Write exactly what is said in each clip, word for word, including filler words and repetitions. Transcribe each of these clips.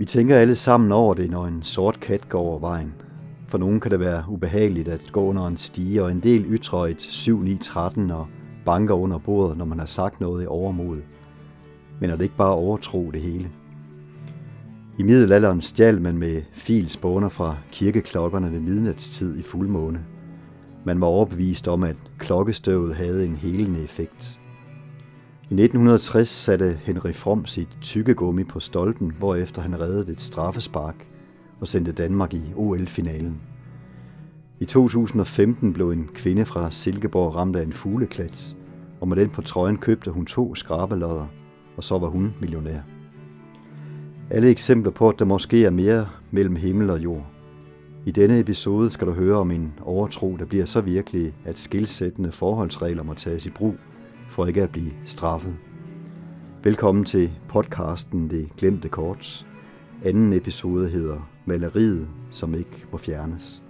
tænker alle sammen over det, når en sort kat går over vejen. For nogen kan det være ubehageligt at gå under en stige, og en del ytrer et syv ni tretten og banker under bordet, når man har sagt noget i overmod. Men er det ikke bare overtro det hele? I middelalderen stjal man med filspåner fra kirkeklokkerne ved midnatstid i fuldmåne. Man var overbevist om, at klokkestøvet havde en helende effekt. I nitten tres satte Henry From sit tykkegummi på stolpen, hvorefter han reddede et straffespark og sendte Danmark i O L-finalen. I to tusind og femten blev en kvinde fra Silkeborg ramt af en fugleklat, og med den på trøjen købte hun to skrabelodder, og så var hun millionær. Alle eksempler på, at der måske er mere mellem himmel og jord. I denne episode skal du høre om en overtro, der bliver så virkelig, at skilsættende forholdsregler må tages i brug, for ikke at blive straffet. Velkommen til podcasten Det Glemte Kort. Anden episode hedder Maleriet, som ikke må fjernes.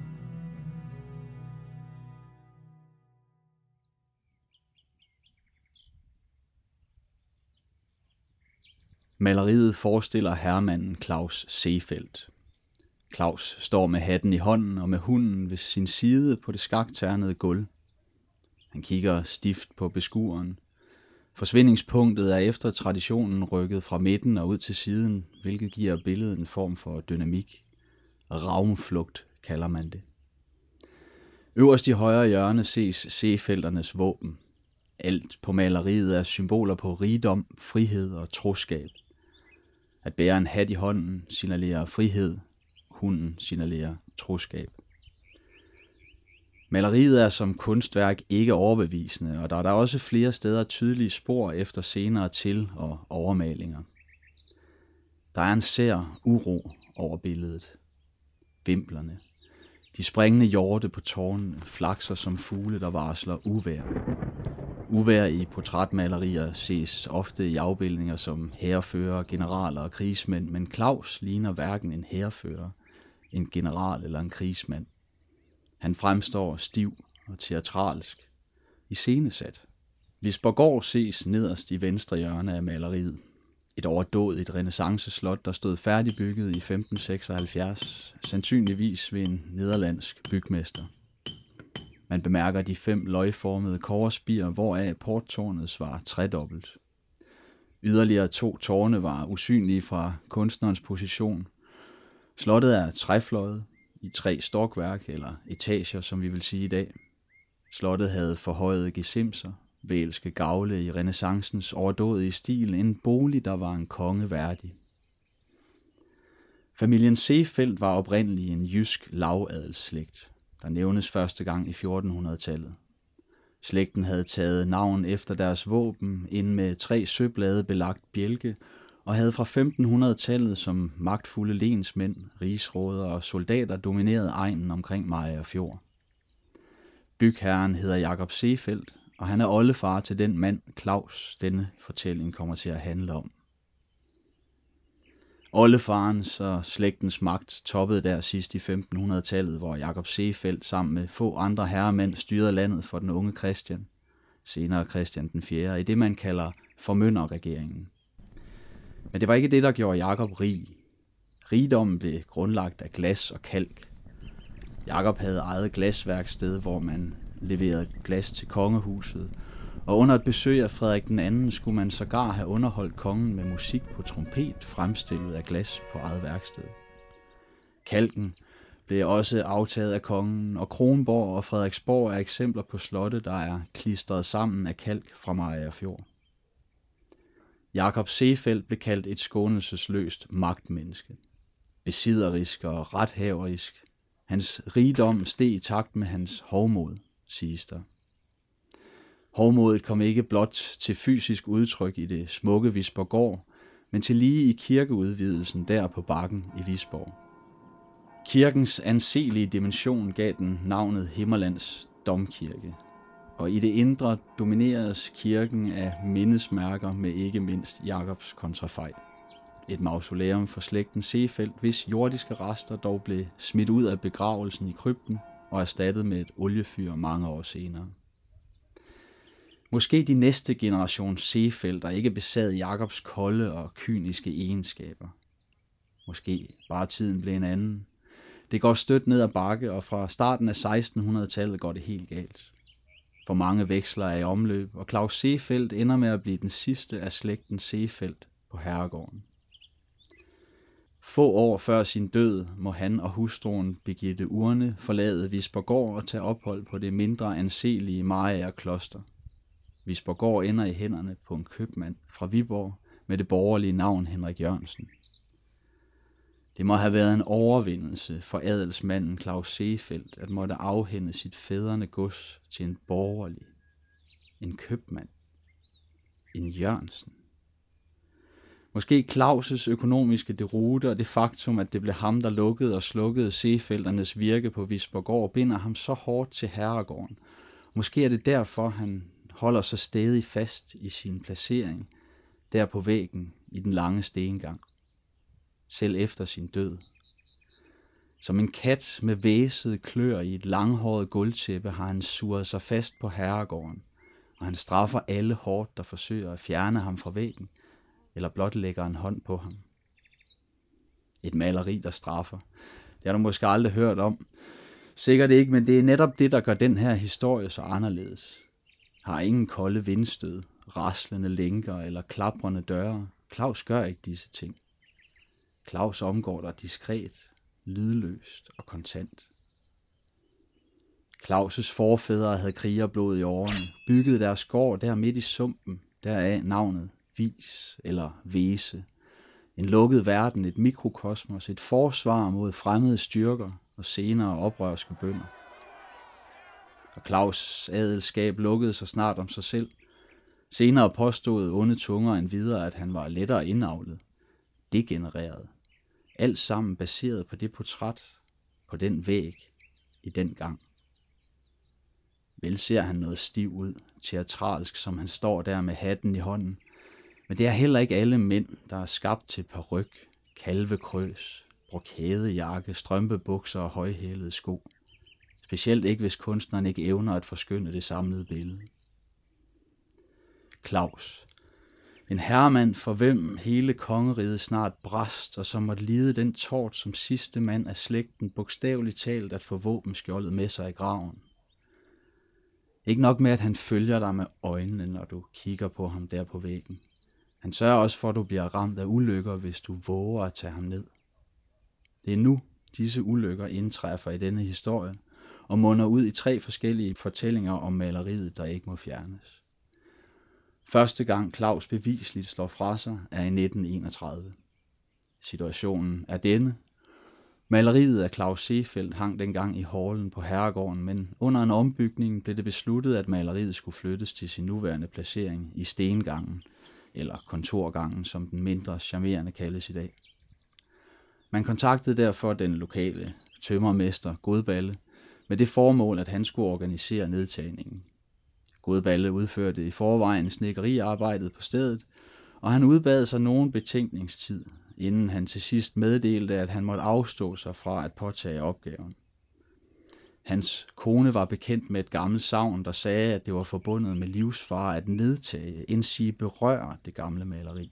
Maleriet forestiller herremanden Claus Seefeldt. Claus står med hatten i hånden og med hunden ved sin side på det skakternede gulv. Han kigger stift på beskueren. Forsvindingspunktet er efter traditionen rykket fra midten og ud til siden, hvilket giver billedet en form for dynamik. Ravnflugt kalder man det. Øverst i højre hjørne ses Seefeldernes våben. Alt på maleriet er symboler på rigdom, frihed og troskab. At bære en hat i hånden signalerer frihed, hunden signalerer troskab. Maleriet er som kunstværk ikke overbevisende, og der er der også flere steder tydelige spor efter senere til- og overmalinger. Der er en sær uro over billedet. Vimplerne, de springende hjorte på tårnene, flakser som fugle, der varsler uvejr. Uvejr i portrætmalerier ses ofte i afbildninger som hærfører, generaler og krigsmænd, men Claus ligner hverken en hærfører, en general eller en krigsmand. Han fremstår stiv og teatralsk, iscenesat. Visborggård ses nederst i venstre hjørne af maleriet. Et overdådigt renæssanceslot, der stod færdigbygget i femten seksoghalvfjerds, sandsynligvis ved en nederlandsk bygmester. Man bemærker de fem løgformede kobberspir, hvoraf porttårnet var tredobbelt. Yderligere to tårne var usynlige fra kunstnerens position. Slottet er træfløjet i tre stokværk, eller etager, som vi vil sige i dag. Slottet havde forhøjede gesimser, vælske gavle i renæssancens overdådige stil, en bolig, der var en konge værdig. Familien Seefeldt var oprindeligt en jysk lavadelsslægt, der nævnes første gang i fjortenhundredetallet. Slægten havde taget navn efter deres våben ind med tre søblade belagt bjælke, og havde fra femtenhundredetallet som magtfulde lensmænd, rigsråder og soldater domineret egnen omkring Mariager Fjord. Bygherren hedder Jacob Seefeldt, og han er oldefar til den mand, Claus, denne fortælling kommer til at handle om. Oldefarens og slægtens magt toppede der sidst i femtenhundredetallet, hvor Jacob Seefeldt sammen med få andre herremænd styrede landet for den unge Christian, senere Christian den fjerde, i det man kalder formynderregeringen. Men det var ikke det, der gjorde Jacob rig. Rigdommen blev grundlagt af glas og kalk. Jacob havde eget glasværksted, hvor man leverede glas til kongehuset, og under et besøg af Frederik den anden skulle man sågar have underholdt kongen med musik på trompet, fremstillet af glas på eget værksted. Kalken blev også aftaget af kongen, og Kronborg og Frederiksborg er eksempler på slotte, der er klistret sammen af kalk fra Mariager Fjord. Jacob Seefeldt blev kaldt et skånelsesløst magtmenneske. Besidderisk og rethaverisk. Hans rigdom steg i takt med hans hovmod, siges der. Hovmodet kom ikke blot til fysisk udtryk i det smukke Visborggård, men til lige i kirkeudvidelsen der på bakken i Visborg. Kirkens anselige dimension gav den navnet Himmerlands Domkirke, og i det indre domineres kirken af mindesmærker med ikke mindst Jakobs kontrafej. Et mausoleum for slægten Seefeldt, hvis jordiske rester dog blev smidt ud af begravelsen i krypten og erstattet med et oliefyr mange år senere. Måske de næste generation Seefeldt, der ikke besad Jakobs kolde og kyniske egenskaber. Måske bare tiden blev en anden. Det går stødt ned ad bakke, og fra starten af sekstenhundredetallet går det helt galt. For mange veksler er i omløb, og Claus Seefeldt ender med at blive den sidste af slægten Seefeldt på herregården. Få år før sin død må han og hustruen Birgitte Urne forlade Visborggård og tage ophold på det mindre anselige Mariager Kloster. Visborggård ender i hænderne på en købmand fra Viborg med det borgerlige navn Henrik Jørgensen. Det må have været en overvindelse for adelsmanden Claus Seefeldt at måtte afhænde sit fædrene gods til en borgerlig, en købmand, en Jørgensen. Måske Claus' økonomiske derute og det faktum, at det blev ham, der lukkede og slukkede Seefeldternes virke på Visborggård, binder ham så hårdt til herregården. Måske er det derfor, han holder sig stædig fast i sin placering, der på væggen i den lange stengang, selv efter sin død. Som en kat med væsede klør i et langhåret gulvtæppe har han suret sig fast på herregården, og han straffer alle hårdt, der forsøger at fjerne ham fra væggen, eller blot lægger en hånd på ham. Et maleri, der straffer. Det har du måske aldrig hørt om. Sikkert ikke, men det er netop det, der gør den her historie så anderledes. Har ingen kolde vindstød, raslende lænker eller klaprende døre. Claus gør ikke disse ting. Claus omgår dig diskret, lydløst og kontant. Claus' forfædre havde krigerblod i årene, byggede deres gård der midt i sumpen, deraf navnet Vis eller Vese. En lukket verden, et mikrokosmos, et forsvar mod fremmede styrker og senere oprørske bønder. Og Claus' adelskab lukkede sig snart om sig selv. Senere påstod onde tunger endvidere, at han var lettere indavlet, degenereret. Alt sammen baseret på det portræt, på den væg, i den gang. Vel ser han noget stiv ud, teatralsk, som han står der med hatten i hånden. Men det er heller ikke alle mænd, der er skabt til paryk, kalvekrøs, brokadejakke, strømpebukser og højhælede sko. Specielt ikke, hvis kunstneren ikke evner at forskønne det samlede billede. Claus. En herremand, for hvem hele kongeriget snart brast, og som måtte lide den tort som sidste mand af slægten, bogstaveligt talt at få våbenskjoldet med sig i graven. Ikke nok med, at han følger dig med øjnene, når du kigger på ham der på væggen. Han sørger også for, at du bliver ramt af ulykker, hvis du våger at tage ham ned. Det er nu, disse ulykker indtræffer i denne historie, og munder ud i tre forskellige fortællinger om maleriet, der ikke må fjernes. Første gang Claus bevisligt slår fra sig, er i nitten enogtredive. Situationen er denne. Maleriet af Claus Seefeldt hang dengang i hallen på herregården, men under en ombygning blev det besluttet, at maleriet skulle flyttes til sin nuværende placering i stengangen, eller kontorgangen, som den mindre charmerende kaldes i dag. Man kontaktede derfor den lokale tømmermester Godballe med det formål, at han skulle organisere nedtagningen. Godballe udførte i forvejen snikkeriarbejdet på stedet, og han udbad sig nogen betænkningstid, inden han til sidst meddelte, at han måtte afstå sig fra at påtage opgaven. Hans kone var bekendt med et gammelt sagn, der sagde, at det var forbundet med livsfare at nedtage, endsige berøre det gamle maleri.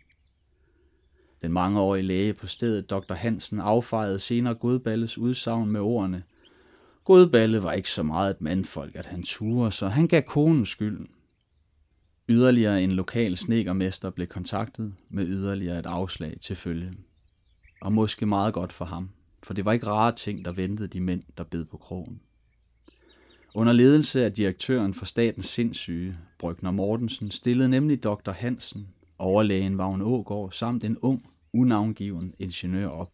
Den mangeårige læge på stedet, doktor Hansen, affejede senere Godballes udsagn med ordene: Godballe var ikke så meget et mandfolk, at han turde, så han gav konen skylden. Yderligere en lokal snedkermester blev kontaktet med yderligere et afslag til følge. Og måske meget godt for ham, for det var ikke rare ting, der ventede de mænd, der bed på krogen. Under ledelse af direktøren for Statens Sindssyge, Brøgner Mortensen, stillede nemlig doktor Hansen, overlægen Vagn Aagaard samt en ung, unavngiven ingeniør op.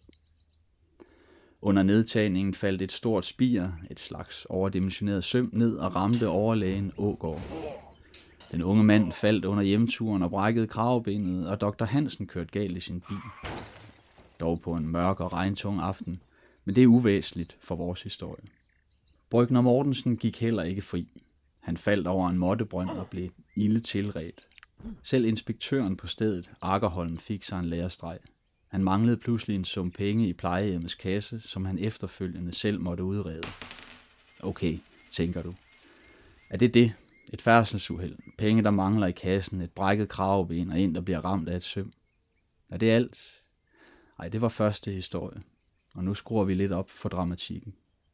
Under nedtagningen faldt et stort spir, et slags overdimensioneret søm, ned og ramte overlægen Aagaard. Den unge mand faldt under hjemturen og brækkede kravebenet, og doktor Hansen kørte galt i sin bil. Dog på en mørk og regntung aften, men det er uvæsentligt for vores historie. Brøgner Mortensen gik heller ikke fri. Han faldt over en mottebrønd og blev ilde tilredt. Selv inspektøren på stedet, Akerholm, fik sig en lærestreg. Han manglede pludselig en sum penge i plejehjemmets kasse, som han efterfølgende selv måtte udrede. Okay, tænker du. Er det det? Et færdselsuheld, penge der mangler i kassen, et brækket kraveben og en der bliver ramt af et søm. Er det alt? Nej, det var første historie, og nu skruer vi lidt op for dramatikken.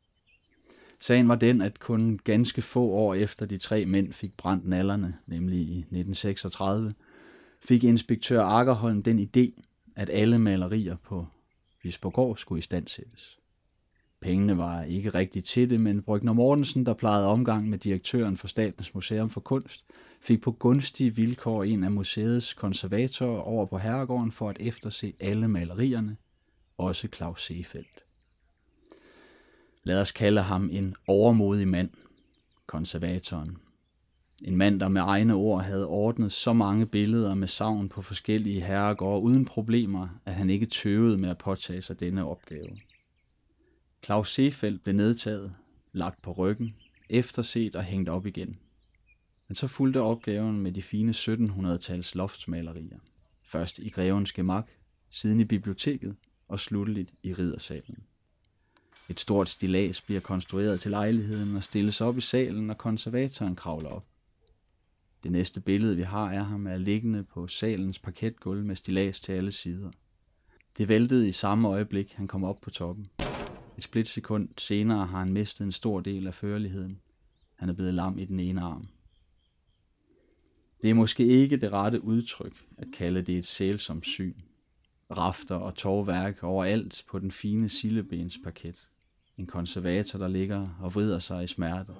Sagen var den, at kun ganske få år efter de tre mænd fik brændt nallerne, nemlig i nitten seksogtredive, fik inspektør Akerholm den idé, at alle malerier på Visborggård skulle istandsættes. Pengene var ikke rigtig til det, men Brøgner Mortensen, der plejede omgang med direktøren for Statens Museum for Kunst, fik på gunstige vilkår en af museets konservatorer over på herregården for at efterse alle malerierne, også Claus Seefeldt. Lad os kalde ham en overmodig mand, konservatoren. En mand, der med egne ord havde ordnet så mange billeder med savn på forskellige herregårde uden problemer, at han ikke tøvede med at påtage sig denne opgave. Claus Seefeldt blev nedtaget, lagt på ryggen, efterset og hængt op igen. Men så fulgte opgaven med de fine syttenhundrede-tals loftsmalerier. Først i Grevens Gemak, siden i biblioteket og slutteligt i Riddersalen. Et stort stillads bliver konstrueret til lejligheden og stilles op i salen, når konservatoren kravler op. Det næste billede, vi har af ham, er liggende på salens parketgulv med stillads til alle sider. Det væltede i samme øjeblik, han kom op på toppen. Et splitsekund senere har han mistet en stor del af førligheden. Han er blevet lam i den ene arm. Det er måske ikke det rette udtryk at kalde det et sælsomt syn. Rafter og tovværk overalt på den fine sildebensparket. En konservator, der ligger og vrider sig i smerte.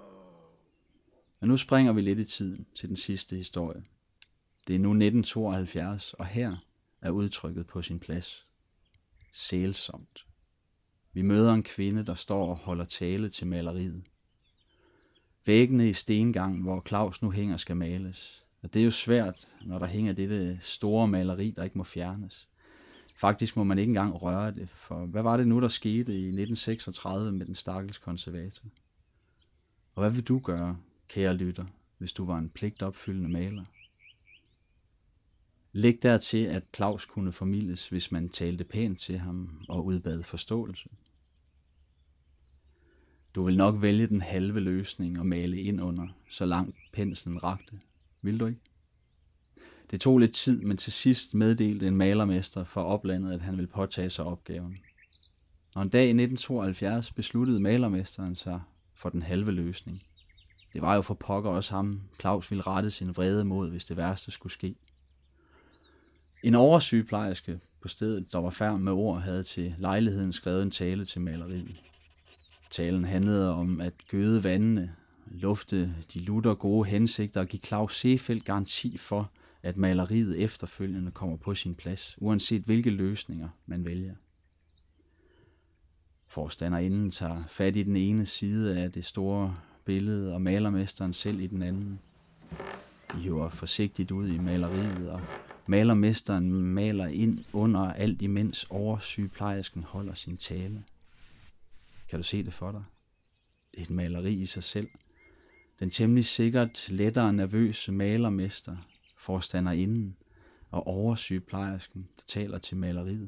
Og nu springer vi lidt i tiden til den sidste historie. Det er nu nitten tooghalvfjerds, og her er udtrykket på sin plads. Sælsomt. Vi møder en kvinde, der står og holder tale til maleriet. Væggene i stengang, hvor Claus nu hænger, skal males. Og det er jo svært, når der hænger dette store maleri, der ikke må fjernes. Faktisk må man ikke engang røre det, for hvad var det nu, der skete i nitten seksogtredive med den stakkels konservator? Og hvad vil du gøre, kære lytter, hvis du var en pligtopfyldende maler? Læg dertil, at Claus kunne formildes, hvis man talte pænt til ham og udbad forståelse. Du vil nok vælge den halve løsning og male ind under, så langt penslen rakte. Vil du ikke? Det tog lidt tid, men til sidst meddelte en malermester for oplandet, at han ville påtage sig opgaven. Og en dag i nitten tooghalvfjerds besluttede malermesteren sig for den halve løsning. Det var jo for pokker også ham, Claus ville rette sin vrede mod, hvis det værste skulle ske. En oversygeplejerske på stedet, der var færdig med ord, havde til lejligheden skrevet en tale til maleriet. Talen handlede om at gøde vandene, lufte de lutter gode hensigter og give Claus Seefeldt garanti for, at maleriet efterfølgende kommer på sin plads, uanset hvilke løsninger man vælger. Forstanderinden tager fat i den ene side af det store billede, og malermesteren selv i den anden. De hiver forsigtigt ud i maleriet, og malermesteren maler ind under alt imens oversygeplejersken holder sin tale. Kan du se det for dig? Det er et maleri i sig selv. Den temmelig sikkert lettere nervøse malermester, forstanderinden og oversygeplejersken, der taler til maleriet.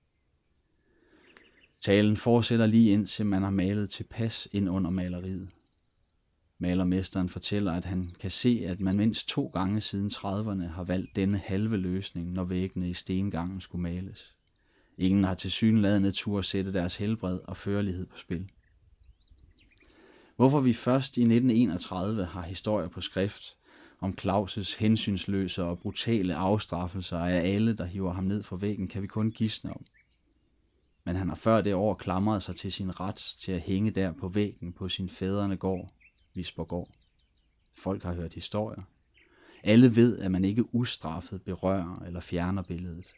Talen fortsætter lige indtil man har malet tilpas ind under maleriet. Malermesteren fortæller, at han kan se, at man mindst to gange siden trediverne har valgt denne halve løsning, når væggene i stengangen skulle males. Ingen har tilsyneladende tur at sætte deres helbred og førlighed på spil. Hvorfor vi først i nitten enogtredive har historier på skrift om Claus' hensynsløse og brutale afstraffelser af alle, der hiver ham ned fra væggen, kan vi kun gisne om. Men han har før det år klamret sig til sin ret til at hænge der på væggen på sin fædrene gård, Visborggård. Folk har hørt historier. Alle ved, at man ikke ustraffet berører eller fjerner billedet.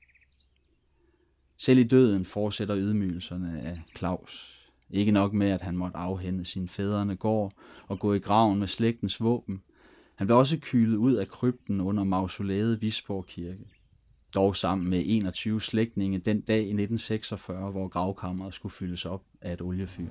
Selv i døden fortsætter ydmygelserne af Claus. Ikke nok med, at han måtte afhænde sin fædrene gård og gå i graven med slægtens våben. Han blev også kylet ud af krypten under mausolæet Visborg Kirke. Dog sammen med enogtyve slægtninge den dag i nitten seksogfyrre, hvor gravkammeret skulle fyldes op af et oliefyr.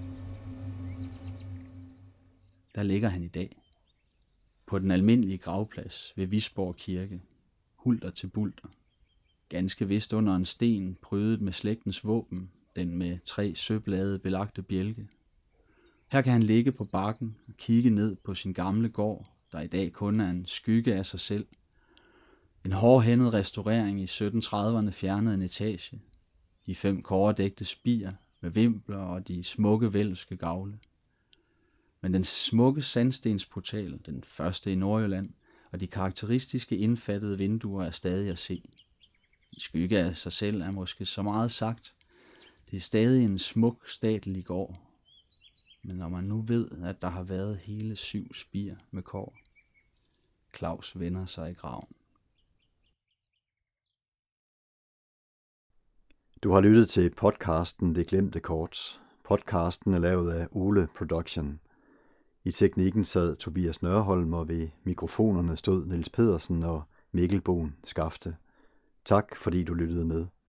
Der ligger han i dag. På den almindelige gravplads ved Visborg Kirke. Hulter til bulter. Ganske vist under en sten prydet med slægtens våben, den med tre søblade belagte bjælke. Her kan han ligge på bakken og kigge ned på sin gamle gård, der i dag kun er en skygge af sig selv. En hårdhændet restaurering i sytten trediverne fjernede en etage. De fem kobberdækte spir med vimpler og de smukke vælske gavle. Men den smukke sandstensportal, den første i Nordjylland, og de karakteristiske indfattede vinduer er stadig at se. I skygge af sig selv er måske så meget sagt. Det er stadig en smuk statelig gård. Men når man nu ved, at der har været hele syv spir med kår. Claus vender sig i graven. Du har lyttet til podcasten Det Glemte Kort. Podcasten er lavet af Ole Production. I teknikken sad Tobias Nørholm, og ved mikrofonerne stod Niels Pedersen og Mikkel Bohn Skafte. Tak fordi du lyttede med.